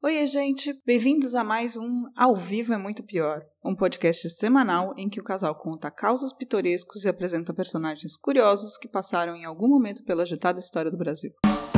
Oi, gente! Bem-vindos a mais um Ao Vivo é Muito Pior, um podcast semanal em que o casal conta causos pitorescos e apresenta personagens curiosos que passaram em algum momento pela agitada história do Brasil.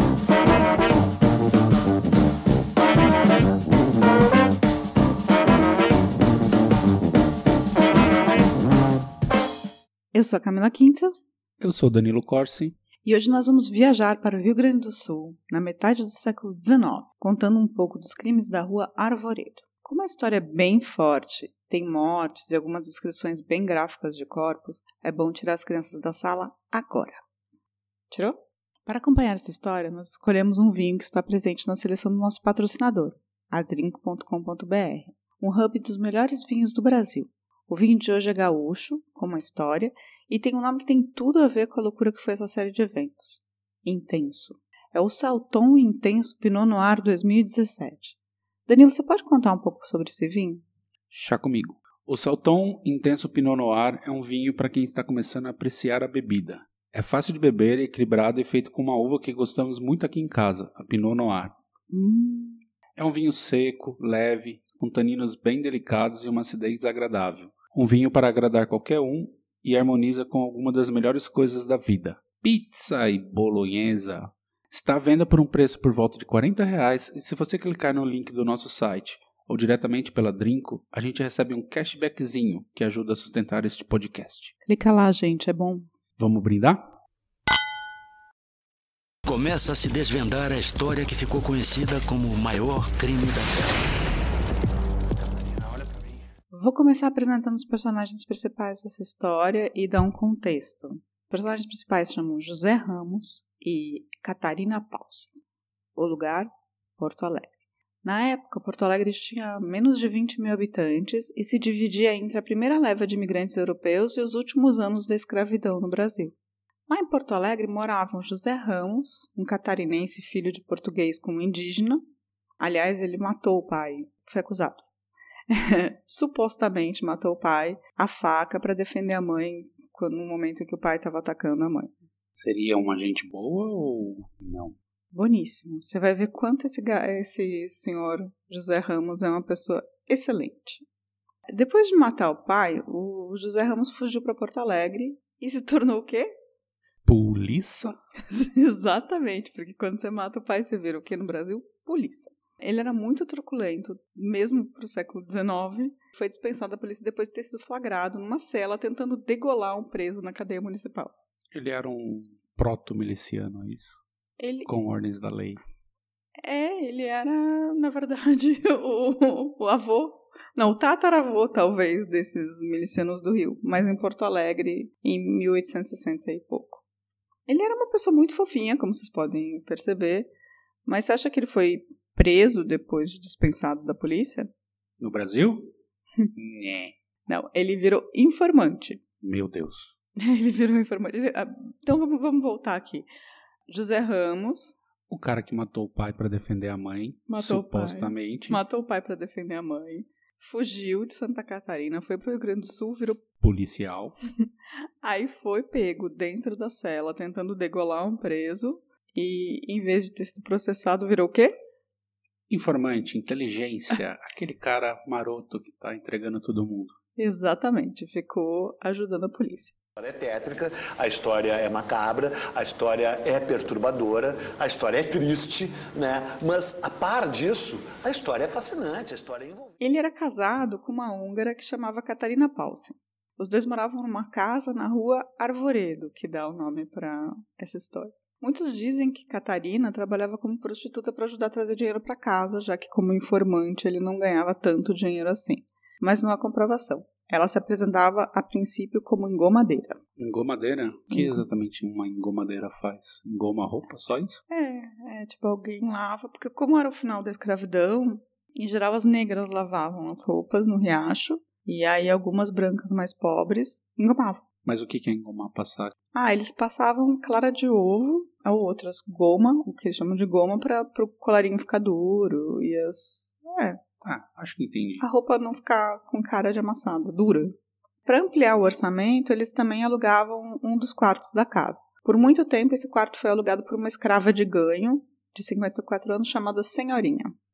Eu sou a Camila Quinto. Eu sou Danilo Corsi. E hoje nós vamos viajar para o Rio Grande do Sul, na metade do século XIX, contando um pouco dos crimes da rua Arvoredo. Como a história é bem forte, tem mortes e algumas descrições bem gráficas de corpos, é bom tirar as crianças da sala agora. Tirou? Para acompanhar essa história, nós escolhemos um vinho que está presente na seleção do nosso patrocinador, adrinco.com.br, um hub dos melhores vinhos do Brasil. O vinho de hoje é gaúcho, com uma história, e tem um nome que tem tudo a ver com a loucura que foi essa série de eventos. Intenso. É o Salton Intenso Pinot Noir 2017. Danilo, você pode contar um pouco sobre esse vinho? Chá comigo. O Salton Intenso Pinot Noir é um vinho para quem está começando a apreciar a bebida. É fácil de beber, equilibrado e feito com uma uva que gostamos muito aqui em casa, a Pinot Noir. É um vinho seco, leve, com taninos bem delicados e uma acidez agradável. Um vinho para agradar qualquer um e harmoniza com alguma das melhores coisas da vida. Pizza e bolonhesa. Está à venda por um preço por volta de R$40 e se você clicar no link do nosso site ou diretamente pela Drinco, a gente recebe um cashbackzinho que ajuda a sustentar este podcast. Clica lá, gente, é bom. Vamos brindar? Começa a se desvendar a história que ficou conhecida como o maior crime da Terra. Vou começar apresentando os personagens principais dessa história e dar um contexto. Os personagens principais se chamam José Ramos e Catarina Paulsen. O lugar, Porto Alegre. Na época, Porto Alegre tinha menos de 20 mil habitantes e se dividia entre a primeira leva de imigrantes europeus e os últimos anos da escravidão no Brasil. Lá em Porto Alegre moravam José Ramos, um catarinense filho de português com um indígena. Aliás, ele matou o pai, foi acusado. Supostamente matou o pai a faca para defender a mãe no momento em que o pai estava atacando a mãe. Seria uma gente boa ou não? Boníssimo. Você vai ver quanto esse senhor José Ramos é uma pessoa excelente. Depois de matar o pai, o José Ramos fugiu para Porto Alegre e se tornou o quê? Polícia? Exatamente, porque quando você mata o pai, você vira o quê no Brasil? Polícia. Ele era muito truculento, mesmo para o século XIX. Foi dispensado da polícia depois de ter sido flagrado numa cela tentando degolar um preso na cadeia municipal. Ele era um proto-miliciano, é isso? Com ordens da lei. Ele era, na verdade, o avô. Não, o tataravô, talvez, desses milicianos do Rio. Mas em Porto Alegre, em 1860 e pouco. Ele era uma pessoa muito fofinha, como vocês podem perceber. Mas você acha que ele foi preso depois de dispensado da polícia? No Brasil? Não, ele virou informante. Meu Deus. Ele virou informante. Então vamos voltar aqui. José Ramos. O cara que matou o pai para defender a mãe, supostamente. Matou o pai para defender a mãe. Fugiu de Santa Catarina, foi pro Rio Grande do Sul, virou policial. Aí foi pego dentro da cela, tentando degolar um preso. E em vez de ter sido processado, virou o quê? Informante, inteligência, aquele cara maroto que tá entregando todo mundo. Exatamente, ficou ajudando a polícia. A história é tétrica, a história é macabra, a história é perturbadora, a história é triste, né? Mas, a par disso, a história é fascinante, a história é envolvente. Ele era casado com uma húngara que chamava Catarina Paulsen. Os dois moravam numa casa na rua Arvoredo, que dá o nome para essa história. Muitos dizem que Catarina trabalhava como prostituta para ajudar a trazer dinheiro para casa, já que como informante ele não ganhava tanto dinheiro assim. Mas não há comprovação. Ela se apresentava a princípio como engomadeira. Engomadeira? O que exatamente uma engomadeira faz? Engoma a roupa, só isso? Tipo alguém lava, porque como era o final da escravidão, em geral as negras lavavam as roupas no riacho, e aí algumas brancas mais pobres engomavam. Mas o que é engomar, passar? Eles passavam clara de ovo, ou outras goma, o que eles chamam de goma, para o colarinho ficar duro e as... acho que entendi. A roupa não ficar com cara de amassada, dura. Para ampliar o orçamento, eles também alugavam um dos quartos da casa. Por muito tempo, esse quarto foi alugado por uma escrava de ganho, de 54 anos, chamada Senhorinha.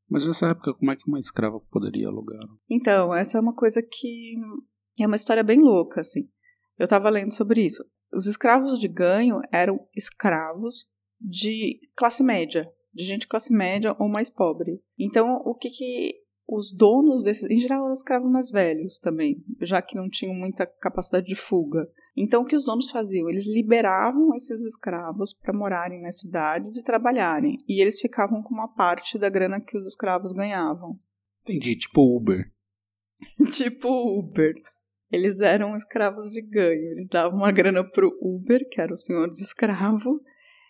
Mas nessa época, como é que uma escrava poderia alugar? Então, essa é uma coisa que é uma história bem louca, assim. Eu estava lendo sobre isso. Os escravos de ganho eram escravos de classe média, de gente classe média ou mais pobre. Então, o que os donos desses... Em geral, eram escravos mais velhos também, já que não tinham muita capacidade de fuga. Então, o que os donos faziam? Eles liberavam esses escravos para morarem nas cidades e trabalharem. E eles ficavam com uma parte da grana que os escravos ganhavam. Entendi, tipo Uber. Tipo Uber. Eles eram escravos de ganho. Eles davam uma grana pro Uber, que era o senhor de escravo,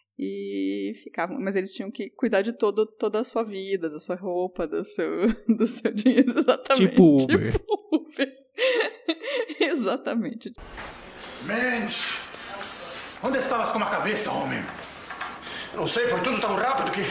e ficavam... Mas eles tinham que cuidar de toda a sua vida, da sua roupa, do seu dinheiro, exatamente. Tipo Uber. Tipo Uber. Exatamente. Mensch! Onde estavas com a cabeça, homem? Não sei, foi tudo tão rápido que...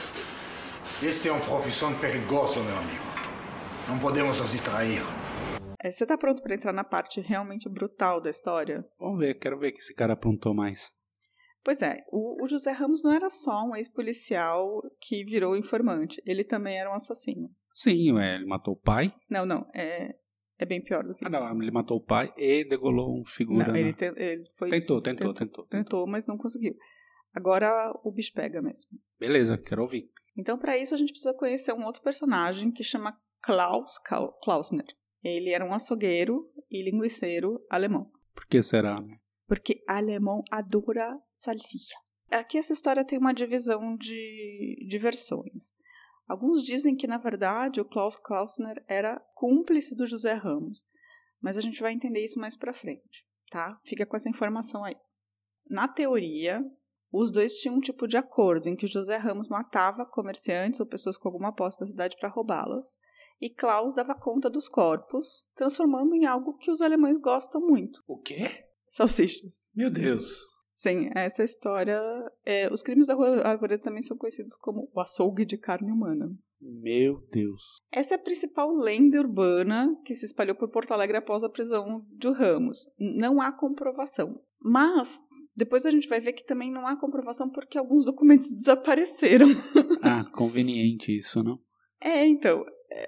Este é uma profissão perigosa, meu amigo. Não podemos nos distrair. Você tá pronto pra entrar na parte realmente brutal da história? Vamos ver, quero ver que esse cara aprontou mais. Pois é, o José Ramos não era só um ex-policial que virou informante. Ele também era um assassino. Sim, ele matou o pai. Não, é bem pior do que isso. Não, ele matou o pai e degolou um figura. Não, ele foi... Tentou, mas não conseguiu. Agora o bicho pega mesmo. Beleza, quero ouvir. Então, para isso, a gente precisa conhecer um outro personagem que chama Klaus Klausner. Ele era um açougueiro e linguiceiro alemão. Por que será, né? Porque alemão adora salsicha. Aqui essa história tem uma divisão de versões. Alguns dizem que, na verdade, o Klaus Klausner era cúmplice do José Ramos. Mas a gente vai entender isso mais pra frente, tá? Fica com essa informação aí. Na teoria, os dois tinham um tipo de acordo em que o José Ramos matava comerciantes ou pessoas com alguma posse da cidade para roubá-las. E Klaus dava conta dos corpos, transformando em algo que os alemães gostam muito. O quê? Salsichas. Meu Deus. Sim, essa história... os crimes da Rua Arvoredo também são conhecidos como o açougue de carne humana. Meu Deus. Essa é a principal lenda urbana que se espalhou por Porto Alegre após a prisão de Ramos. Não há comprovação. Mas, depois a gente vai ver que também não há comprovação porque alguns documentos desapareceram. Conveniente isso, não? Então...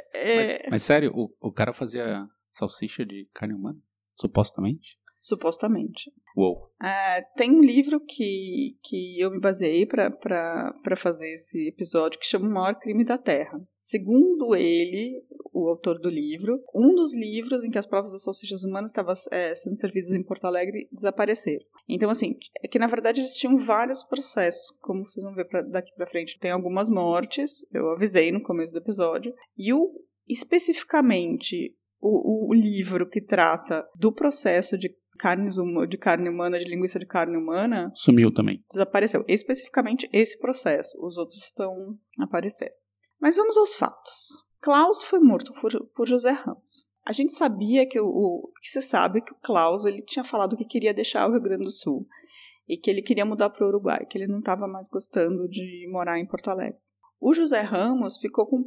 Mas sério, o cara fazia salsicha de carne humana? Supostamente? Supostamente. Uou. Tem um livro que eu me baseei para fazer esse episódio que chama O Maior Crime da Terra. Segundo ele, o autor do livro, um dos livros em que as provas das salsichas humanas estavam sendo servidas em Porto Alegre desapareceram. Então, assim, é que na verdade eles tinham vários processos, como vocês vão ver daqui para frente. Tem algumas mortes, eu avisei no começo do episódio, e especificamente o livro que trata do processo de carne humana, de linguiça de carne humana... Sumiu também. Desapareceu. Especificamente esse processo. Os outros estão aparecendo. Mas vamos aos fatos. Klaus foi morto por José Ramos. A gente sabia que se sabe que o Klaus ele tinha falado que queria deixar o Rio Grande do Sul e que ele queria mudar para o Uruguai, que ele não estava mais gostando de morar em Porto Alegre. O José Ramos ficou com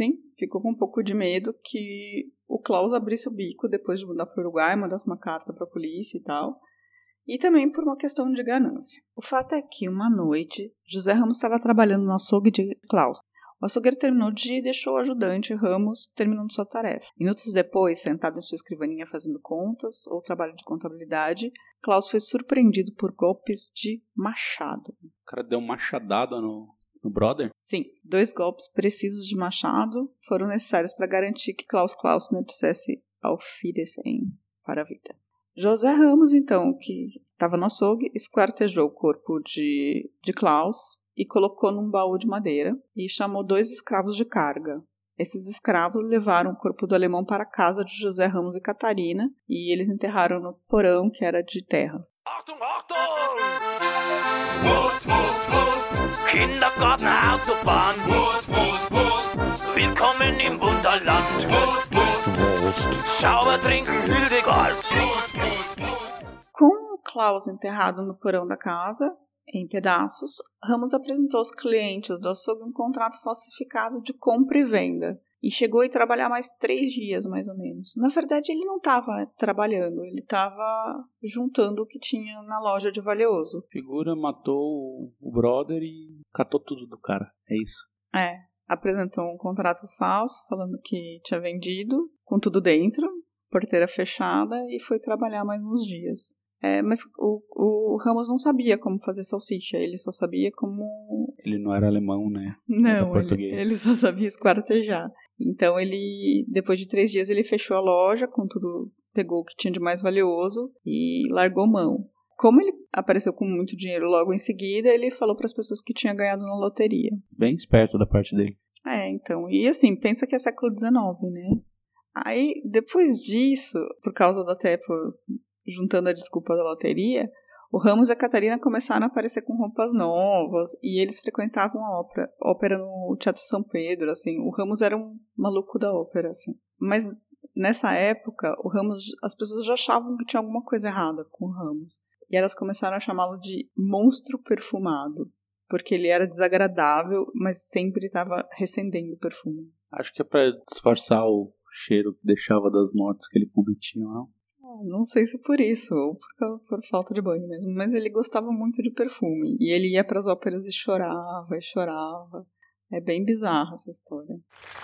um pouco de medo que o Klaus abrisse o bico depois de mudar para o Uruguai, mandasse uma carta para a polícia e tal. E também por uma questão de ganância. O fato é que, uma noite, José Ramos estava trabalhando no açougue de Klaus. O açougueiro terminou o dia e deixou o ajudante Ramos terminando sua tarefa. Minutos depois, sentado em sua escrivaninha fazendo contas ou trabalho de contabilidade, Klaus foi surpreendido por golpes de machado. O cara deu uma machadada no brother? Sim, 2 golpes precisos de machado foram necessários para garantir que Klaus Klausner dissesse Aufwiedersehen para a vida. José Ramos, então, que estava no açougue, esquartejou o corpo de Klaus e colocou num baú de madeira e chamou 2 escravos de carga. Esses escravos levaram o corpo do alemão para a casa de José Ramos e Catarina e eles enterraram no porão que era de terra. Achtung, Achtung! Wurst, Wurst, Wurst! Kindergarten, Autobahn! Wurst, Wurst, Wurst! Willkommen im Wunderland! Wurst, Wurst, Wurst! Schauer trinken, Hildegard! Wurst, Wurst, Wurst! Com o Klaus enterrado no porão da casa, em pedaços, Ramos apresentou aos clientes do açougue um contrato falsificado de compra e venda. E chegou a trabalhar mais 3 dias, mais ou menos. Na verdade, ele não estava trabalhando, ele estava juntando o que tinha na loja de valioso. Figura matou o brother e catou tudo do cara, é isso? apresentou um contrato falso, falando que tinha vendido, com tudo dentro, porteira fechada, e foi trabalhar mais uns dias. Mas o Ramos não sabia como fazer salsicha, ele só sabia como... Ele não era alemão, né? Não, ele só sabia esquartejar. Então, depois de 3 dias, ele fechou a loja com tudo, pegou o que tinha de mais valioso e largou mão. Como ele apareceu com muito dinheiro logo em seguida, ele falou para as pessoas que tinha ganhado na loteria. Bem esperto da parte dele. Então, e assim, pensa que é século XIX, né? Aí, depois disso, por causa da Tepo, juntando a desculpa da loteria, o Ramos e a Catarina começaram a aparecer com roupas novas e eles frequentavam a ópera no Teatro São Pedro, assim. O Ramos era um maluco da ópera, assim. Mas nessa época, o Ramos, as pessoas já achavam que tinha alguma coisa errada com o Ramos. E elas começaram a chamá-lo de monstro perfumado, porque ele era desagradável, mas sempre estava recendendo perfume. Acho que é pra disfarçar o cheiro que deixava das mortes que ele cometia, não? Não sei se por isso, ou por falta de banho mesmo, mas ele gostava muito de perfume. E ele ia pras óperas e chorava, e chorava. É bem bizarra essa história.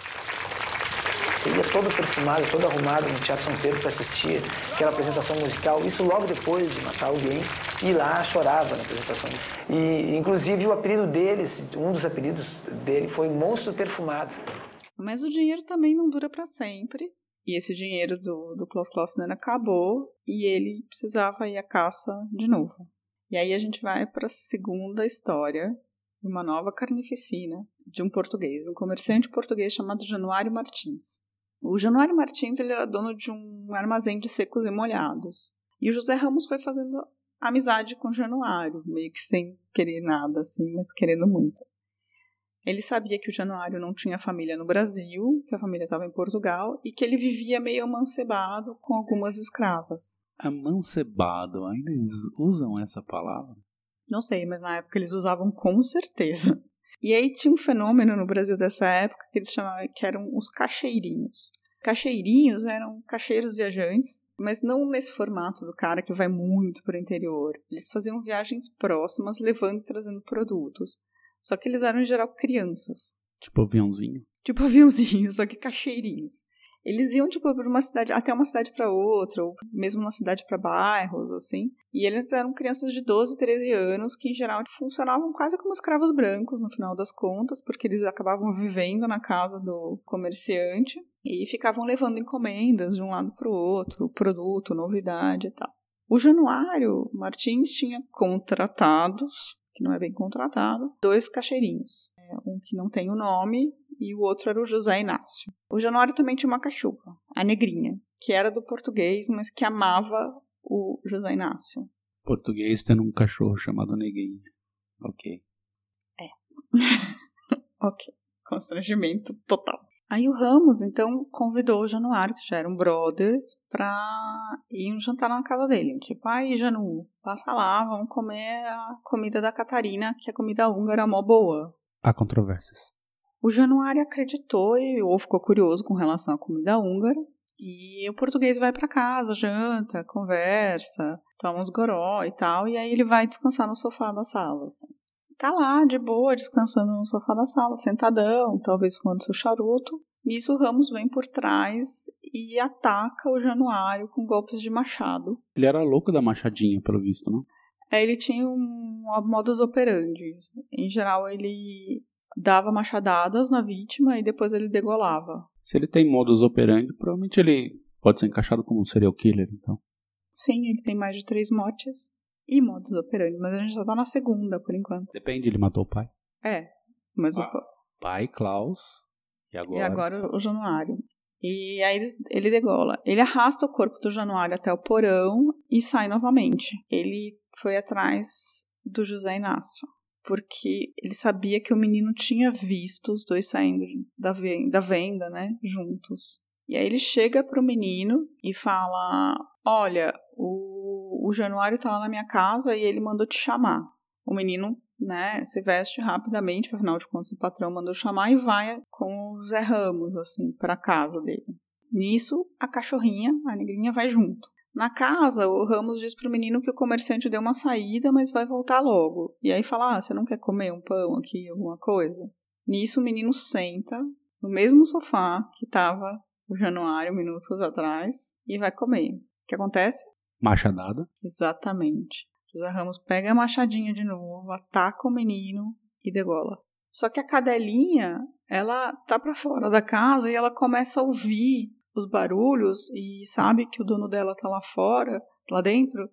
Ele ia todo perfumado, todo arrumado no Teatro São Pedro para assistir aquela apresentação musical. Isso logo depois de matar alguém. E lá chorava na apresentação. E, inclusive, o apelido deles, um dos apelidos dele foi Monstro Perfumado. Mas o dinheiro também não dura para sempre. E esse dinheiro do Klaus Klausner acabou e ele precisava ir à caça de novo. E aí a gente vai para a segunda história de uma nova carnificina de um português, um comerciante português chamado Januário Martins. O Januário Martins ele era dono de um armazém de secos e molhados. E o José Ramos foi fazendo amizade com o Januário, meio que sem querer nada, assim, mas querendo muito. Ele sabia que o Januário não tinha família no Brasil, que a família estava em Portugal, e que ele vivia meio amancebado com algumas escravas. Amancebado? Ainda eles usam essa palavra? Não sei, mas na época eles usavam com certeza. E aí tinha um fenômeno no Brasil dessa época que eles chamavam, que eram os cacheirinhos. Cacheirinhos eram cacheiros viajantes, mas não nesse formato do cara que vai muito para o interior. Eles faziam viagens próximas, levando e trazendo produtos. Só que eles eram, em geral, crianças. Tipo aviãozinho? Tipo aviãozinho, só que cacheirinhos. Eles iam, tipo, por uma cidade, até uma cidade para outra, ou mesmo na cidade para bairros, assim. E eles eram crianças de 12, 13 anos, que, em geral, funcionavam quase como escravos brancos, no final das contas, porque eles acabavam vivendo na casa do comerciante e ficavam levando encomendas de um lado para o outro, produto, novidade e tal. O Januário Martins tinha contratados, que não é bem contratado, 2 cacheirinhos. Um que não tem o nome e o outro era o José Inácio. O Januário também tinha uma cachorra, a Negrinha, que era do português, mas que amava o José Inácio. Português tendo um cachorro chamado Negrinha. Ok. Ok. Constrangimento total. Aí o Ramos, então, convidou o Januário, que já eram brothers, pra ir jantar na casa dele. Tipo, aí, Janu, passa lá, vamos comer a comida da Catarina, que a comida húngara é mó boa. Há controvérsias. O Januário acreditou ou ficou curioso com relação à comida húngara. E o português vai pra casa, janta, conversa, toma uns goró e tal. E aí ele vai descansar no sofá da sala, assim. Tá lá, de boa, descansando no sofá da sala, sentadão, talvez fumando seu charuto. Nisso o Ramos vem por trás e ataca o Januário com golpes de machado. Ele era louco da machadinha, pelo visto, não? Ele tinha um modus operandi. Em geral, ele dava machadadas na vítima e depois ele degolava. Se ele tem modus operandi, provavelmente ele pode ser encaixado como um serial killer, então. Sim, ele tem mais de 3 mortes. E modus operandi, mas a gente só tá na segunda, por enquanto. Depende, ele matou o pai. Mas o pai, Klaus, e agora o Januário. E aí ele degola. Ele arrasta o corpo do Januário até o porão e sai novamente. Ele foi atrás do José Inácio, porque ele sabia que o menino tinha visto os dois saindo da venda, né, juntos. E aí ele chega pro menino e fala, olha, o Januário tá lá na minha casa e ele mandou te chamar. O menino, né, se veste rapidamente, afinal de contas o patrão mandou chamar e vai com o Zé Ramos, assim, pra casa dele. Nisso, a cachorrinha, a Negrinha, vai junto. Na casa, o Ramos diz pro menino que o comerciante deu uma saída, mas vai voltar logo. E aí fala, você não quer comer um pão aqui, alguma coisa? Nisso o menino senta no mesmo sofá que estava o Januário minutos atrás e vai comer. O que acontece? Machadada. Exatamente. José Ramos pega a machadinha de novo, ataca o menino e degola. Só que a cadelinha, ela tá pra fora da casa e ela começa a ouvir os barulhos e sabe que o dono dela tá lá fora, lá dentro,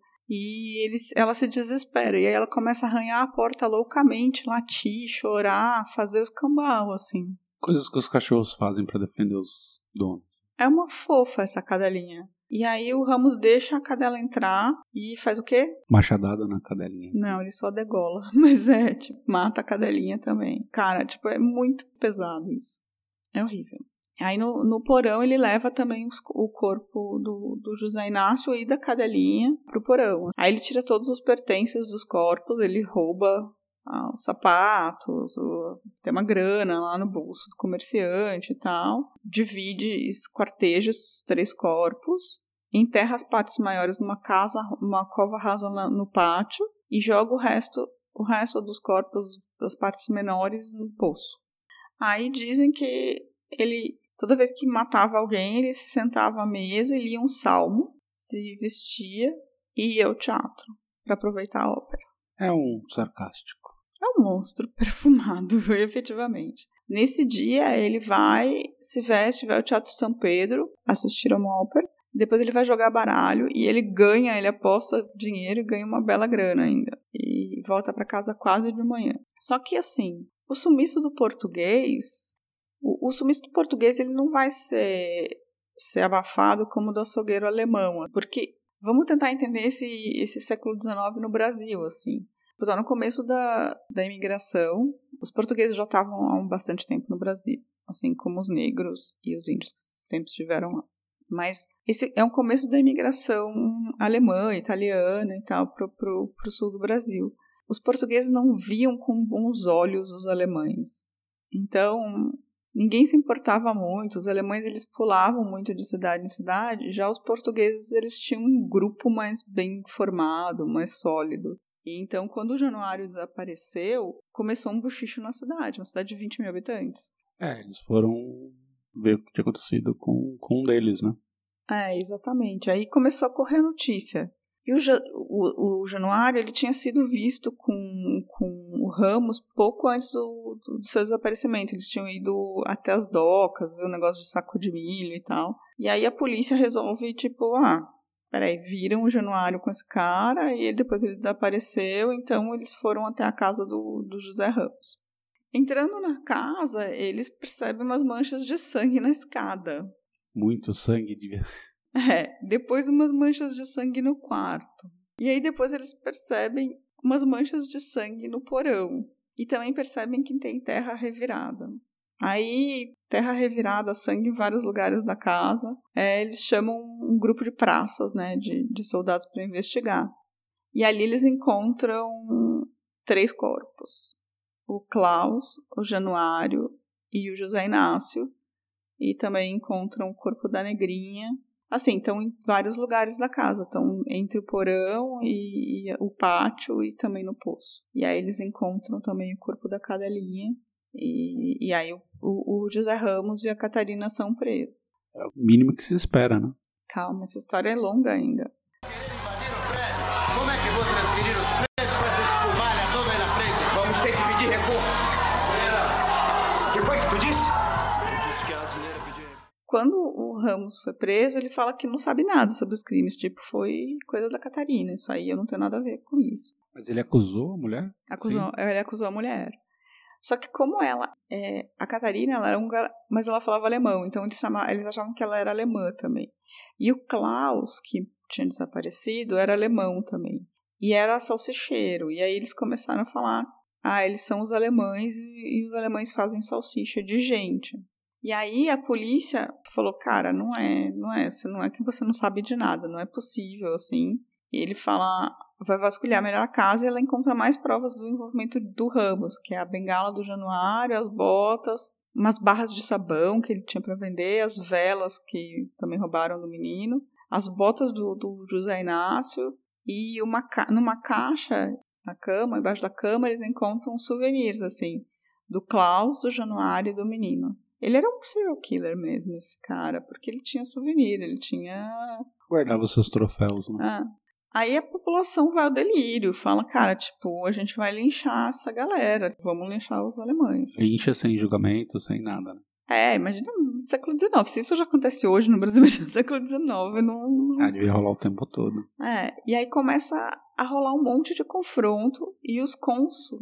e ela se desespera. E aí ela começa a arranhar a porta loucamente, latir, chorar, fazer o escambau, assim. Coisas que os cachorros fazem pra defender os donos. É uma fofa essa cadelinha. E aí o Ramos deixa a cadela entrar e faz o quê? Machadada na cadelinha. Não, ele só degola. Mas mata a cadelinha também. Cara, é muito pesado isso. É horrível. Aí no porão ele leva também o corpo do José Inácio e da cadelinha pro porão. Aí ele tira todos os pertences dos corpos, ele rouba os sapatos, tem uma grana lá no bolso do comerciante e tal. Divide, esquarteja os 3 corpos, enterra as partes maiores numa cova rasa no pátio e joga o resto dos corpos das partes menores no poço. Aí dizem que ele, toda vez que matava alguém, ele se sentava à mesa, ele lia um salmo, se vestia e ia ao teatro para aproveitar a ópera. É um sarcástico. É um monstro perfumado, efetivamente. Nesse dia, ele se veste, vai ao Teatro São Pedro assistir a uma ópera. Depois ele vai jogar baralho e ele aposta dinheiro e ganha uma bela grana ainda. E volta para casa quase de manhã. Só que assim, o sumiço do português, o sumiço do português ele não vai ser abafado como o do açougueiro alemão. Porque vamos tentar entender esse século XIX no Brasil, assim. No começo da imigração, os portugueses já estavam há bastante tempo no Brasil, assim como os negros e os índios que sempre estiveram lá. Mas esse é um começo da imigração alemã, italiana e tal, pro sul do Brasil. Os portugueses não viam com bons olhos os alemães. Então, ninguém se importava muito. Os alemães, eles pulavam muito de cidade em cidade. Já os portugueses, eles tinham um grupo mais bem formado, mais sólido. E então, quando o Januário desapareceu, começou um buchicho na cidade, uma cidade de 20 mil habitantes. Eles foram ver o que tinha acontecido com um deles, né? Exatamente. Aí começou a correr a notícia. E o Januário, ele tinha sido visto com o Ramos pouco antes do seu desaparecimento. Eles tinham ido até as docas, ver o negócio de saco de milho e tal. E aí a polícia resolve, viram o Januário com esse cara e depois ele desapareceu, então eles foram até a casa do José Ramos. Entrando na casa, eles percebem umas manchas de sangue na escada. Muito sangue, devia. Depois umas manchas de sangue no quarto. E aí depois eles percebem umas manchas de sangue no porão. E também percebem que tem terra revirada. Aí, terra revirada, sangue em vários lugares da casa. Eles chamam um grupo de praças, né, de soldados para investigar. E ali eles encontram 3 corpos. O Klaus, o Januário e o José Inácio. E também encontram o corpo da Negrinha. Assim, estão em vários lugares da casa. Estão entre o porão e o pátio e também no poço. E aí eles encontram também o corpo da cadelinha. E aí o José Ramos e a Catarina são presos. É o mínimo que se espera, né? Calma, essa história é longa ainda. Como é que vou transferir os presos com essa espumalha toda aí na frente? Vamos ter que pedir recurso. O que foi que tu disse? Eu disse que a brasileira pediu. Quando o Ramos foi preso, ele fala que não sabe nada sobre os crimes. foi coisa da Catarina. Isso aí eu não tenho nada a ver com isso. Mas ele acusou a mulher? Ele acusou a mulher. Só que como a Catarina, ela era húngara, mas ela falava alemão, então eles achavam que ela era alemã também. E o Klaus, que tinha desaparecido, era alemão também. E era salsicheiro. E aí eles começaram a falar, eles são os alemães e os alemães fazem salsicha de gente. E aí a polícia falou, cara, não é que você não sabe de nada, não é possível, assim. E ele vai vasculhar melhor a casa e ela encontra mais provas do envolvimento do Ramos, que é a bengala do Januário, as botas, umas barras de sabão que ele tinha para vender, as velas que também roubaram do menino, as botas do José Inácio e numa caixa na cama, embaixo da cama, eles encontram souvenirs, assim, do Klaus, do Januário e do menino. Ele era um serial killer mesmo, esse cara, porque ele tinha souvenir, ele tinha... Guardava os seus troféus, né? Aí a população vai ao delírio, fala, cara, tipo, a gente vai linchar essa galera, vamos linchar os alemães. Lincha sem julgamento, sem nada, né? Imagina no século XIX. Se isso já acontece hoje no Brasil, imagina no século XIX, não... devia rolar o tempo todo. E aí começa a rolar um monte de confronto e os cônsuls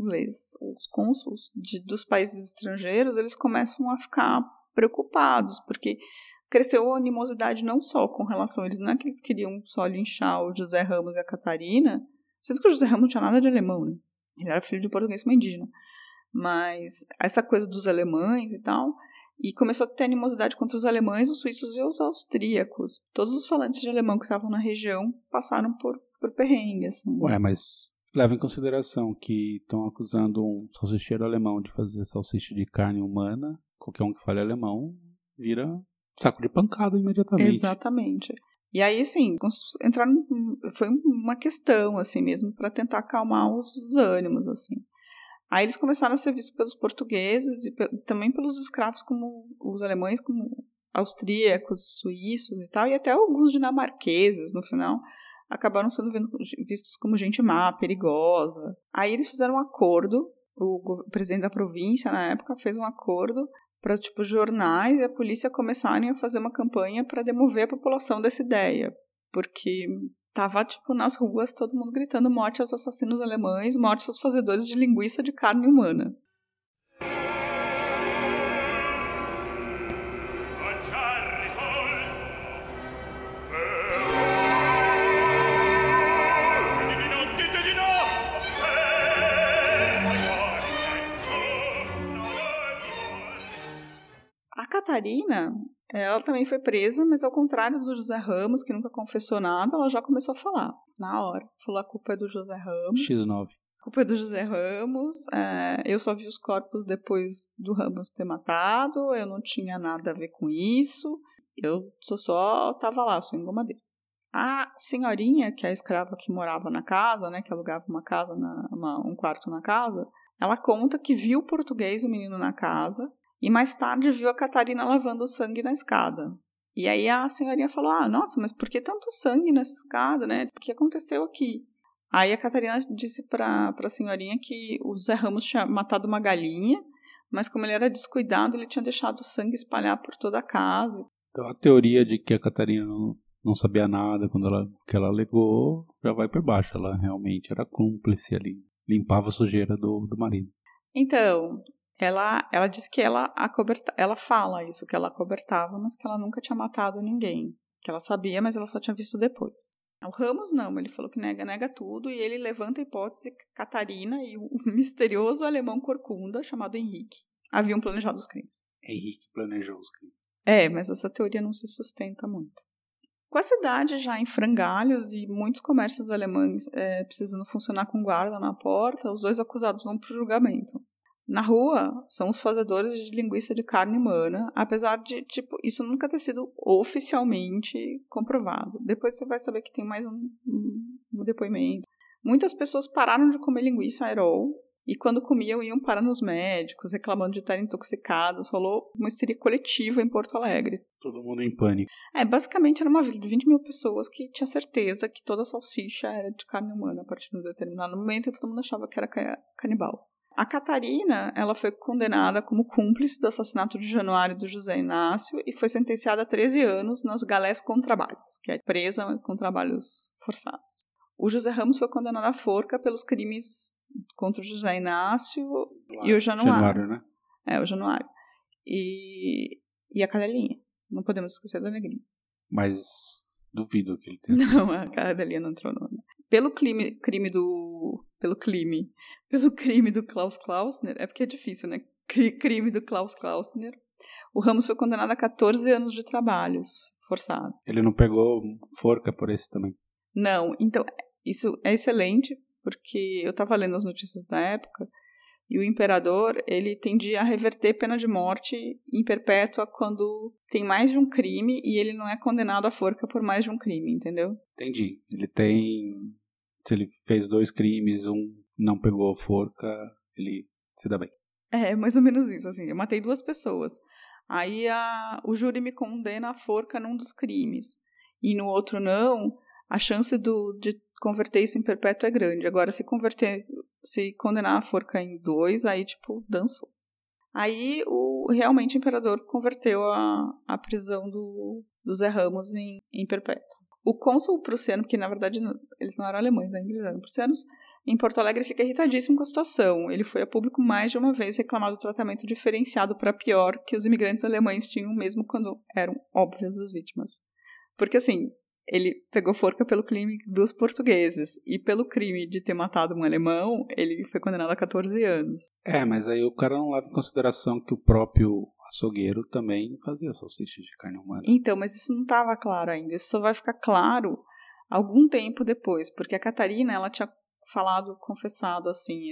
dos países estrangeiros, eles começam a ficar preocupados, porque cresceu a animosidade não só com relação a eles, não é que eles queriam só linchar o José Ramos e a Catarina, sendo que o José Ramos não tinha nada de alemão, né? Ele era filho de português como indígena. Mas essa coisa dos alemães e tal... E começou a ter animosidade contra os alemães, os suíços e os austríacos. Todos os falantes de alemão que estavam na região passaram por perrengue, assim. Mas leva em consideração que estão acusando um salsicheiro alemão de fazer salsicha de carne humana. Qualquer um que fale alemão vira saco de pancada imediatamente. Exatamente. E aí, assim, foi uma questão, assim mesmo, para tentar acalmar os ânimos, assim. Aí eles começaram a ser vistos pelos portugueses e também pelos escravos, como os alemães, como austríacos, suíços e tal, e até alguns dinamarqueses, no final, acabaram sendo vistos como gente má, perigosa. Aí eles fizeram um acordo, o presidente da província, na época, fez um acordo para, tipo, jornais e a polícia começarem a fazer uma campanha para demover a população dessa ideia, porque... Tava, tipo, nas ruas, todo mundo gritando morte aos assassinos alemães, morte aos fazedores de linguiça de carne humana. A Catarina, ela também foi presa, mas ao contrário do José Ramos, que nunca confessou nada, ela já começou a falar, na hora. Falou, a culpa é do José Ramos. X9. A culpa é do José Ramos. Eu só vi os corpos depois do Ramos ter matado, eu não tinha nada a ver com isso. Eu só tava lá, sou engomadeira. A senhorinha, que é a escrava que morava na casa, né, que alugava uma casa, um quarto na casa, ela conta que viu o português, o menino, na casa, e mais tarde viu a Catarina lavando o sangue na escada. E aí a senhorinha falou, nossa, mas por que tanto sangue nessa escada, né? O que aconteceu aqui? Aí a Catarina disse para a senhorinha que o Zé Ramos tinha matado uma galinha, mas como ele era descuidado, ele tinha deixado o sangue espalhar por toda a casa. Então a teoria de que a Catarina não sabia nada que ela alegou já vai por baixo. Ela realmente era cúmplice ali. Limpava a sujeira do marido. Então... Ela disse que ela fala isso, que ela acobertava, mas que ela nunca tinha matado ninguém. Que ela sabia, mas ela só tinha visto depois. O Ramos não, ele falou que nega tudo, e ele levanta a hipótese que Catarina e o misterioso alemão corcunda, chamado Henrique, haviam planejado os crimes. Henrique planejou os crimes. Mas essa teoria não se sustenta muito. Com a cidade já em frangalhos e muitos comércios alemães precisando funcionar com guarda na porta, os dois acusados vão para o julgamento. Na rua, são os fazedores de linguiça de carne humana, apesar de, isso nunca ter sido oficialmente comprovado. Depois você vai saber que tem mais um depoimento. Muitas pessoas pararam de comer linguiça Aerol, e quando comiam, iam parar nos médicos, reclamando de estarem intoxicados. Rolou uma histeria coletiva em Porto Alegre. Todo mundo em pânico. Basicamente era uma vila de 20 mil pessoas que tinha certeza que toda salsicha era de carne humana a partir de um determinado momento, e todo mundo achava que era canibal. A Catarina, ela foi condenada como cúmplice do assassinato de Januário do José Inácio e foi sentenciada a 13 anos nas galés com trabalhos, que é presa com trabalhos forçados. O José Ramos foi condenado à forca pelos crimes contra o José Inácio e o Januário. Né? O Januário. E a Cadelinha. Não podemos esquecer da Negrinha. Mas duvido que ele tenha. Não, a Cadelinha não entrou no nome. Pelo crime do Klaus Klausner, é porque é difícil, né? Crime do Klaus Klausner, o Ramos foi condenado a 14 anos de trabalhos forçados. Ele não pegou forca por esse também? Não, então, isso é excelente, porque eu estava lendo as notícias da época, e o imperador, ele tendia a reverter pena de morte em perpétua quando tem mais de um crime e ele não é condenado à forca por mais de um crime, entendeu? Entendi. Se ele fez 2 crimes, um não pegou forca, ele se dá bem. É, mais ou menos isso, assim. Eu matei 2 pessoas. Aí o júri me condena à forca num dos crimes. E no outro não, a chance de converter isso em perpétuo é grande. Agora, se condenar a forca em 2, aí, tipo, dançou. Aí, realmente, o imperador converteu a prisão do Zé Ramos em perpétuo. O cônsul prussiano, porque, na verdade, eles não eram alemães ainda, eles eram prussianos, em Porto Alegre fica irritadíssimo com a situação. Ele foi a público mais de uma vez reclamar do tratamento diferenciado para pior que os imigrantes alemães tinham mesmo quando eram óbvias as vítimas. Porque, assim, ele pegou forca pelo crime dos portugueses e pelo crime de ter matado um alemão, ele foi condenado a 14 anos. Mas aí o cara não leva em consideração que o próprio açougueiro também fazia salsicha de carne humana. Então, mas isso não estava claro ainda. Isso só vai ficar claro algum tempo depois, porque a Catarina, ela tinha confessado, assim,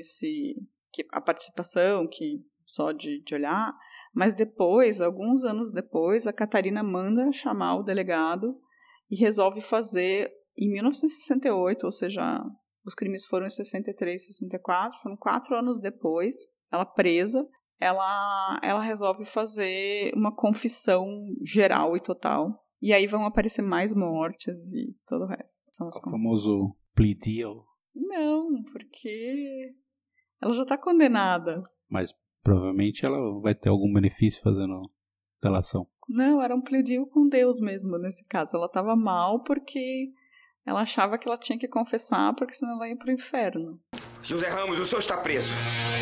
a participação, que só de olhar, mas depois, alguns anos depois, a Catarina manda chamar o delegado e resolve fazer, em 1968, ou seja, os crimes foram em 63, 64, foram 4 anos depois, ela presa, ela resolve fazer uma confissão geral e total, e aí vão aparecer mais mortes e todo o resto. O famoso plea deal. Não, porque ela já está condenada. Mas provavelmente ela vai ter algum benefício fazendo delação. Não, era um plea deal com Deus mesmo nesse caso. Ela estava mal porque ela achava que ela tinha que confessar, porque senão ela ia pro inferno. José Ramos, o senhor está preso.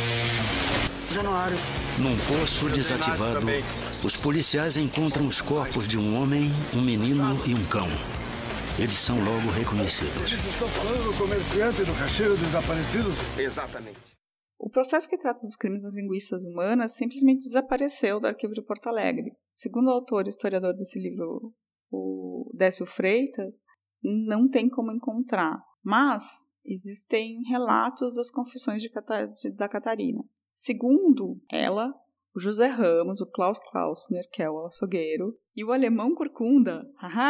Januário. Num poço desativado, os policiais encontram os corpos de um homem, um menino e um cão. Eles são logo reconhecidos. Eles estão falando do comerciante do caixeiro desaparecido? Exatamente. O processo que trata dos crimes das linguiças humanas simplesmente desapareceu do arquivo de Porto Alegre. Segundo o autor e historiador desse livro, o Décio Freitas, não tem como encontrar. Mas existem relatos das confissões da Catarina. Segundo ela, o José Ramos, o Klaus Klausner, que é o açougueiro, e o alemão Corcunda,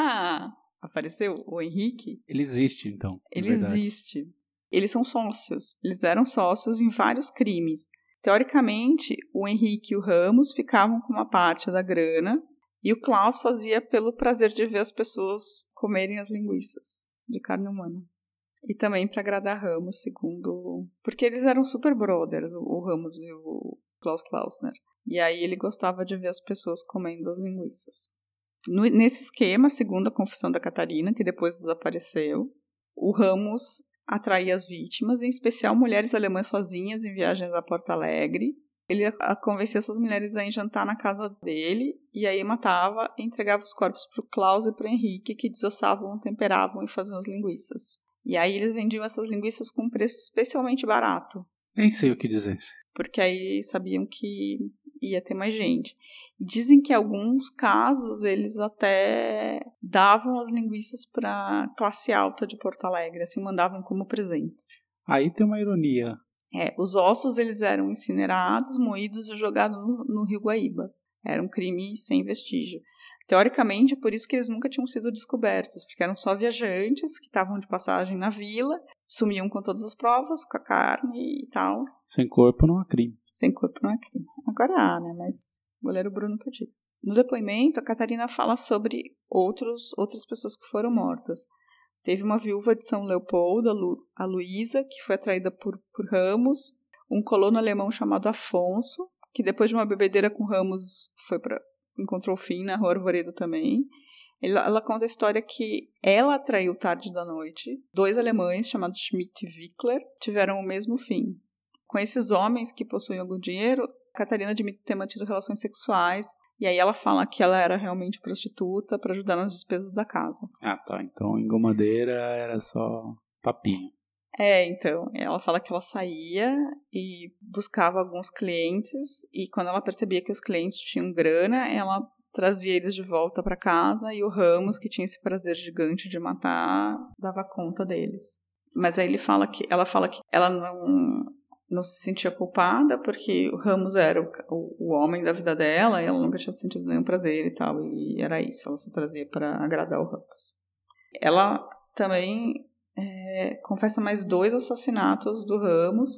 apareceu o Henrique. Ele existe, então. Ele existe. Eles são sócios. Eles eram sócios em vários crimes. Teoricamente, o Henrique e o Ramos ficavam com uma parte da grana e o Klaus fazia pelo prazer de ver as pessoas comerem as linguiças de carne humana. E também para agradar Ramos, segundo... Porque eles eram super brothers, o Ramos e o Klaus Klausner. E aí ele gostava de ver as pessoas comendo as linguiças. Nesse esquema, segundo a confissão da Catarina, que depois desapareceu, o Ramos atraía as vítimas, em especial mulheres alemãs sozinhas em viagens a Porto Alegre. Ele convencia essas mulheres a ir jantar na casa dele, e aí matava e entregava os corpos para o Klaus e para o Henrique, que desossavam, temperavam e faziam as linguiças. E aí eles vendiam essas linguiças com um preço especialmente barato. Nem sei o que dizer. Porque aí sabiam que ia ter mais gente. E dizem que em alguns casos eles até davam as linguiças para classe alta de Porto Alegre, assim, mandavam como presentes. Aí tem uma ironia. Os ossos eles eram incinerados, moídos e jogados no Rio Guaíba. Era um crime sem vestígio. Teoricamente, é por isso que eles nunca tinham sido descobertos, porque eram só viajantes que estavam de passagem na vila, sumiam com todas as provas, com a carne e tal. Sem corpo não há crime. Sem corpo não é crime. Agora há, né? Mas o goleiro Bruno pediu. No depoimento, a Catarina fala sobre outras pessoas que foram mortas. Teve uma viúva de São Leopoldo, a Luísa, que foi atraída por Ramos, um colono alemão chamado Afonso, que depois de uma bebedeira com Ramos encontrou o fim na Rua Arvoredo também. Ela conta a história que ela atraiu tarde da noite. 2 alemães, chamados Schmidt e Wickler, tiveram o mesmo fim. Com esses homens que possuíam algum dinheiro, a Catarina admite ter mantido relações sexuais, e aí ela fala que ela era realmente prostituta para ajudar nas despesas da casa. Ah, tá. Então, engomadeira era só papinho. Então, ela fala que ela saía e buscava alguns clientes, e quando ela percebia que os clientes tinham grana, ela trazia eles de volta para casa, e o Ramos, que tinha esse prazer gigante de matar, dava conta deles. Mas aí ela fala que ela não se sentia culpada, porque o Ramos era o homem da vida dela, e ela nunca tinha sentido nenhum prazer e tal, e era isso, ela só trazia para agradar o Ramos. Ela também confessa mais 2 assassinatos do Ramos,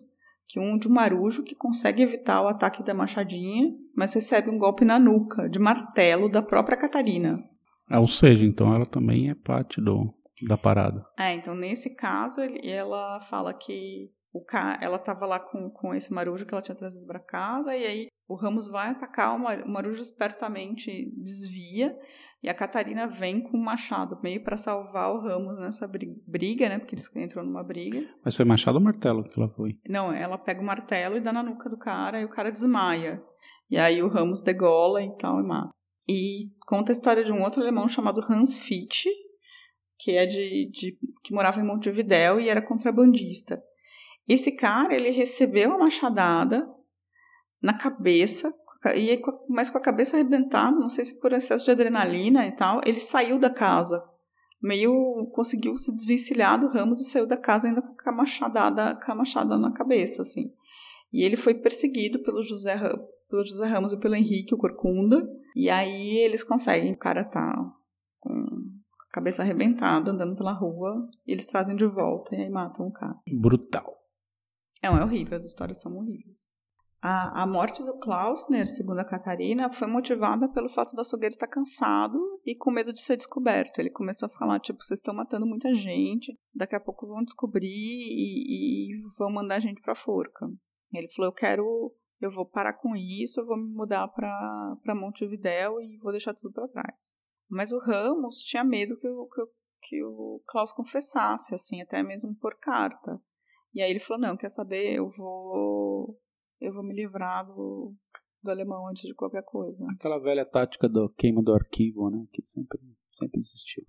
de um marujo que consegue evitar o ataque da machadinha, mas recebe um golpe na nuca, de martelo, da própria Catarina. Ou seja, então ela também é parte da parada. Então nesse caso, ela fala que ela estava lá com esse marujo que ela tinha trazido para casa, e aí o Ramos vai atacar, o marujo espertamente desvia, e a Catarina vem com o machado, meio para salvar o Ramos nessa briga, né? Porque eles entram numa briga. Mas foi machado ou martelo que ela foi? Não, ela pega o martelo e dá na nuca do cara, e o cara desmaia. E aí o Ramos degola e tal, e mata. E conta a história de um outro alemão chamado Hans Fitch, que é que morava em Montevidéu e era contrabandista. Esse cara, ele recebeu a machadada na cabeça, mas com a cabeça arrebentada, não sei se por excesso de adrenalina e tal, ele saiu da casa, conseguiu se desvencilhar do Ramos e saiu da casa ainda com a machada na cabeça, assim. E ele foi perseguido pelo José Ramos e pelo Henrique, o Corcunda, e aí eles conseguem, o cara tá com a cabeça arrebentada, andando pela rua, e eles trazem de volta e aí matam o cara. Brutal. É horrível, as histórias são horríveis. A morte do Klausner, segundo a Catarina, foi motivada pelo fato do açougueiro estar cansado e com medo de ser descoberto. Ele começou a falar, tipo, vocês estão matando muita gente, daqui a pouco vão descobrir e vão mandar a gente pra forca. Ele falou, eu vou parar com isso, eu vou me mudar pra Montevidéu e vou deixar tudo pra trás. Mas o Ramos tinha medo que o Klaus confessasse, assim, até mesmo por carta. E aí ele falou, não, quer saber, eu vou me livrar do alemão antes de qualquer coisa. Aquela velha tática do queima do arquivo, né, que sempre existiu.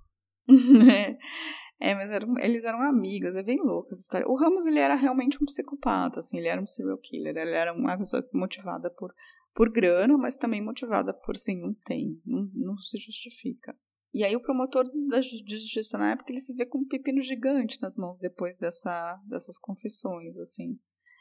Mas eles eram amigos, é bem louca essa história. O Ramos, ele era realmente um psicopata, assim, ele era um serial killer, ele era uma pessoa motivada por grana, mas também motivada por, assim, não se justifica. E aí o promotor de justiça na época, ele se vê com um pepino gigante nas mãos depois dessas confissões, assim.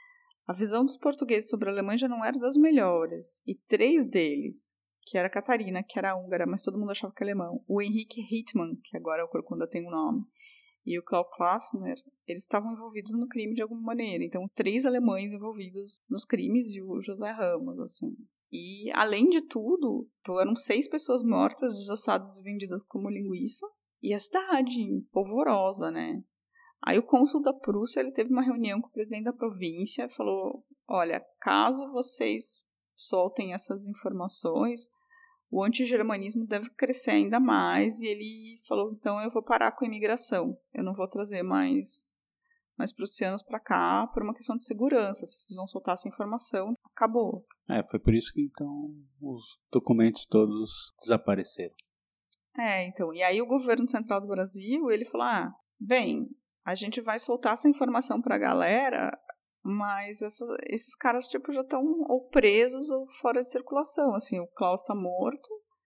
A visão dos portugueses sobre a Alemanha já não era das melhores. E 3 deles, que era a Catarina, que era húngara, mas todo mundo achava que era alemão, o Henrique Hittmann, que agora o Corcunda tem um nome, e o Klaus Klausner, eles estavam envolvidos no crime de alguma maneira. Então, 3 alemães envolvidos nos crimes e o José Ramos, assim. E, além de tudo, eram 6 pessoas mortas, desossadas e vendidas como linguiça. E a cidade polvorosa, né? Aí o cônsul da Prússia, ele teve uma reunião com o presidente da província e falou, olha, caso vocês soltem essas informações, o antigermanismo deve crescer ainda mais. E ele falou, então eu vou parar com a imigração. Eu não vou trazer mais prussianos para cá por uma questão de segurança. Se vocês vão soltar essa informação, acabou. Foi por isso que então os documentos todos desapareceram. Então, e aí o governo central do Brasil, ele falou, bem, a gente vai soltar essa informação para a galera, mas esses caras tipo já estão ou presos ou fora de circulação, assim, o Klaus está morto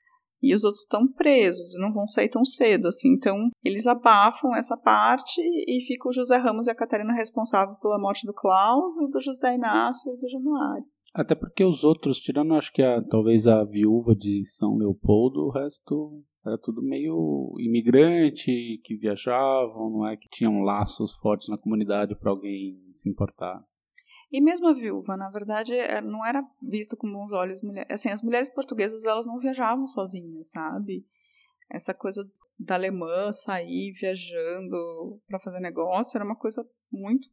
e os outros estão presos e não vão sair tão cedo, assim, então eles abafam essa parte e fica o José Ramos e a Catarina responsável pela morte do Klaus e do José Inácio e do Januário. Até porque os outros, tirando acho que talvez a viúva de São Leopoldo, o resto era tudo meio imigrante, que viajavam, não é que tinham laços fortes na comunidade para alguém se importar. E mesmo a viúva, na verdade, não era visto com bons olhos. Assim, as mulheres portuguesas, elas não viajavam sozinhas, sabe? Essa coisa da alemã sair viajando para fazer negócio era uma coisa muito...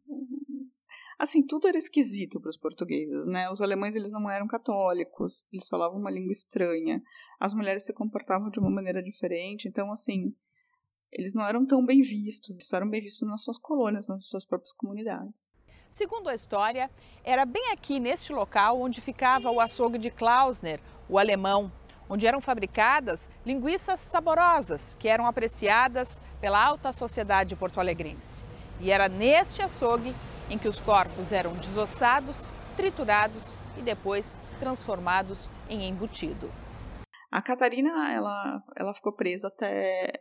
Assim, tudo era esquisito para os portugueses, né? Os alemães, eles não eram católicos, eles falavam uma língua estranha, as mulheres se comportavam de uma maneira diferente, então, assim, eles não eram tão bem vistos, eles eram bem vistos nas suas colônias, nas suas próprias comunidades. Segundo a história, era bem aqui neste local onde ficava o açougue de Klausner, o alemão, onde eram fabricadas linguiças saborosas, que eram apreciadas pela alta sociedade porto-alegrense. E era neste açougue em que os corpos eram desossados, triturados e depois transformados em embutido. A Catarina, ela ficou presa até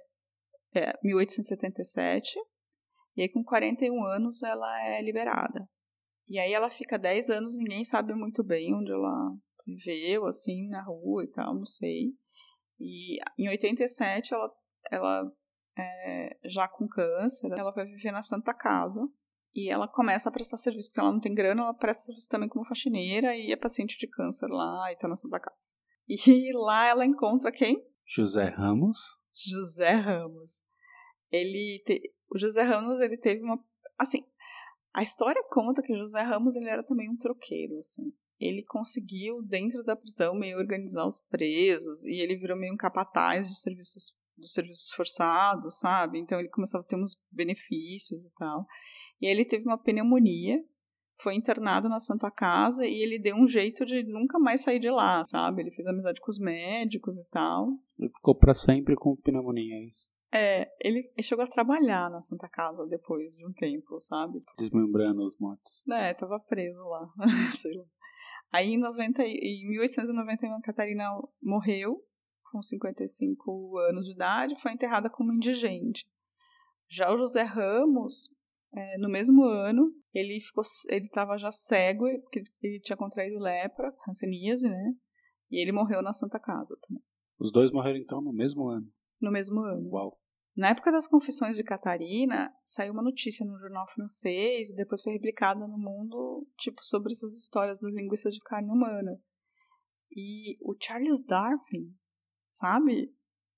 1877, e aí com 41 anos ela é liberada. E aí ela fica 10 anos, ninguém sabe muito bem onde ela viveu, assim, na rua e tal, não sei. E em 87, ela já com câncer, ela vai viver na Santa Casa, E ela começa a prestar serviço, porque ela não tem grana, ela presta serviço também como faxineira e é paciente de câncer lá e tá na Santa Casa. E lá ela encontra quem? José Ramos. José Ramos. O José Ramos, ele teve uma... Assim, a história conta que o José Ramos, ele era também um troqueiro, assim. Ele conseguiu, dentro da prisão, meio organizar os presos e ele virou meio um capataz dos serviços forçados, sabe? Então ele começava a ter uns benefícios e tal. E aí ele teve uma pneumonia, foi internado na Santa Casa e ele deu um jeito de nunca mais sair de lá, sabe? Ele fez amizade com os médicos e tal. Ele ficou pra sempre com pneumonia, é isso? Ele chegou a trabalhar na Santa Casa depois de um tempo, sabe? Desmembrando os mortos. Tava preso lá, sei lá. Aí em 1891 a Catarina morreu com 55 anos de idade, foi enterrada como indigente. Já o José Ramos, no mesmo ano, ele estava já cego, porque ele tinha contraído lepra, hanseníase, né? E ele morreu na Santa Casa também. Os dois morreram então no mesmo ano? No mesmo ano. Uau. Na época das confissões de Catarina, saiu uma notícia no jornal francês e depois foi replicada no mundo, sobre essas histórias das linguiças de carne humana. E o Charles Darwin, sabe?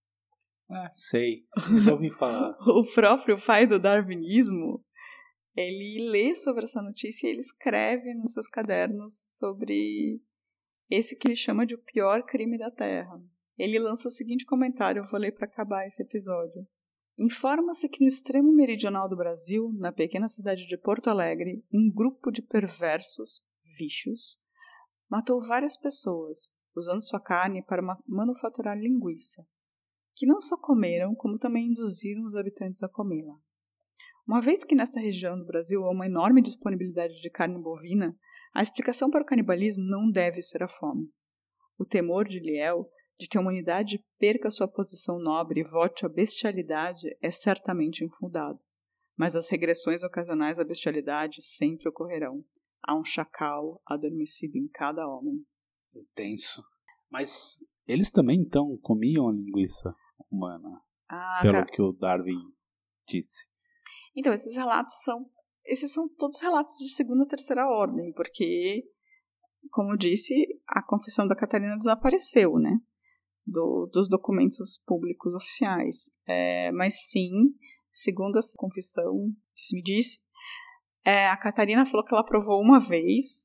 Sei. Já ouvi falar. O próprio pai do darwinismo, ele lê sobre essa notícia e ele escreve nos seus cadernos sobre esse que ele chama de o pior crime da Terra. Ele lança o seguinte comentário, eu vou ler para acabar esse episódio. Informa-se que no extremo meridional do Brasil, na pequena cidade de Porto Alegre, um grupo de perversos, bichos, matou várias pessoas, usando sua carne para manufaturar linguiça, que não só comeram, como também induziram os habitantes a comê-la. Uma vez que nesta região do Brasil há uma enorme disponibilidade de carne bovina, a explicação para o canibalismo não deve ser a fome. O temor de Liel de que a humanidade perca sua posição nobre e vote à bestialidade é certamente infundado. Mas as regressões ocasionais à bestialidade sempre ocorrerão. Há um chacal adormecido em cada homem. Intenso. Mas eles também, então, comiam a linguiça humana, pelo que o Darwin disse. Então, esses são todos relatos de segunda e terceira ordem, porque, como eu disse, a confissão da Catarina desapareceu, né? Dos documentos públicos oficiais. Mas sim, segundo essa confissão, me disse, a Catarina falou que ela provou uma vez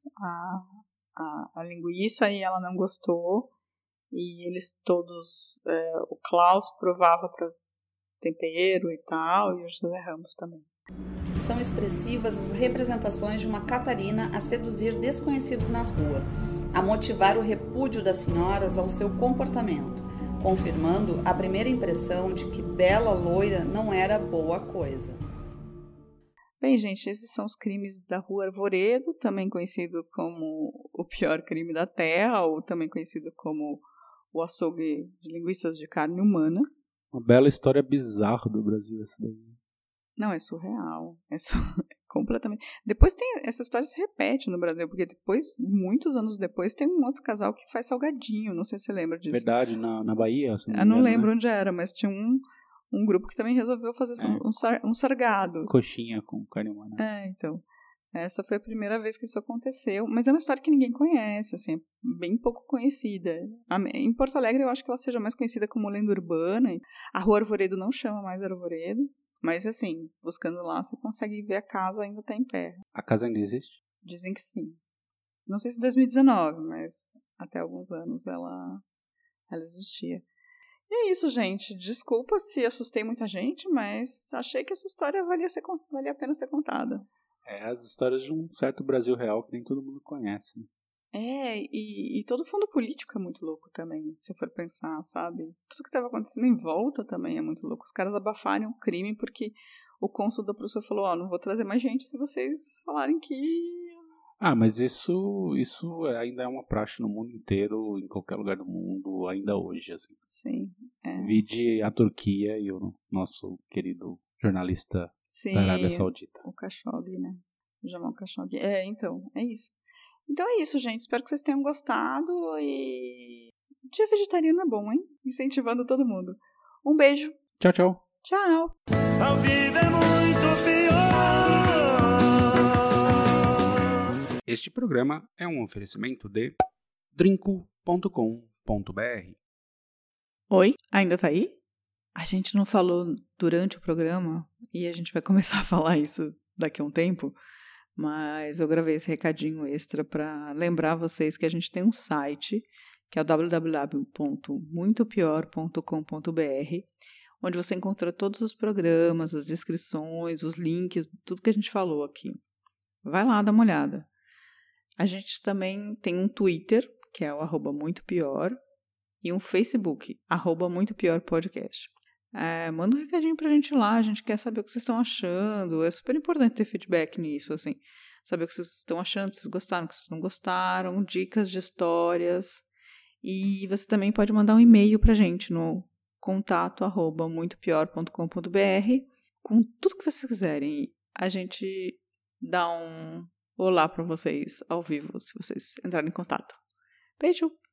a linguiça e ela não gostou, e eles todos, o Klaus provava para tempero e tal, e o José Ramos também. São expressivas as representações de uma Catarina a seduzir desconhecidos na rua, a motivar o repúdio das senhoras ao seu comportamento, confirmando a primeira impressão de que bela loira não era boa coisa. Bem, gente, esses são os crimes da Rua Arvoredo, também conhecido como o pior crime da Terra, ou também conhecido como o açougue de linguiças de carne humana. Uma bela história bizarra do Brasil, essa daí. Não, é surreal. Completamente. Depois essa história se repete no Brasil, porque muitos anos depois, tem um outro casal que faz salgadinho. Não sei se você lembra disso. Verdade, na Bahia. Eu não lembro onde era, mas tinha um grupo que também resolveu fazer um sargado. Coxinha com carne humana. Então. Essa foi a primeira vez que isso aconteceu, mas é uma história que ninguém conhece, assim, é bem pouco conhecida. Em Porto Alegre eu acho que ela seja mais conhecida como lenda urbana. A Rua Arvoredo não chama mais Arvoredo, mas assim, buscando lá você consegue ver a casa ainda tá em pé. A casa ainda existe? Dizem que sim. Não sei se em 2019, mas até alguns anos ela existia. E é isso, gente. Desculpa se assustei muita gente, mas achei que essa história valia a pena ser contada. As histórias de um certo Brasil real que nem todo mundo conhece, né? E todo fundo político é muito louco também, se for pensar, sabe? Tudo que estava acontecendo em volta também é muito louco. Os caras abafaram o crime porque o cônsul da Prússia falou, não vou trazer mais gente se vocês falarem que... Mas isso ainda é uma praxe no mundo inteiro, em qualquer lugar do mundo, ainda hoje, assim. Sim. Vide a Turquia e o nosso querido jornalista da Arábia Saudita. O Khashoggi, né? O Jamal Khashoggi. Então, é isso. Então é isso, gente. Espero que vocês tenham gostado e... Dia vegetariano é bom, hein? Incentivando todo mundo. Um beijo. Tchau, tchau. Tchau. A vida é muito pior Este programa é um oferecimento de drinco.com.br. Oi, ainda tá aí? A gente não falou durante o programa e a gente vai começar a falar isso daqui a um tempo, mas eu gravei esse recadinho extra para lembrar vocês que a gente tem um site, que é o www.muitopior.com.br, onde você encontra todos os programas, as descrições, os links, tudo que a gente falou aqui. Vai lá, dá uma olhada. A gente também tem um Twitter, que é o @muitopior, e um Facebook, @muitopiorpodcast. Manda um recadinho pra gente lá, a gente quer saber o que vocês estão achando. É super importante ter feedback nisso, assim. Saber o que vocês estão achando, se vocês gostaram, o que vocês não gostaram, dicas de histórias. E você também pode mandar um e-mail pra gente no contato@muitopior.com.br com tudo que vocês quiserem. A gente dá um olá pra vocês ao vivo, se vocês entrarem em contato. Beijo!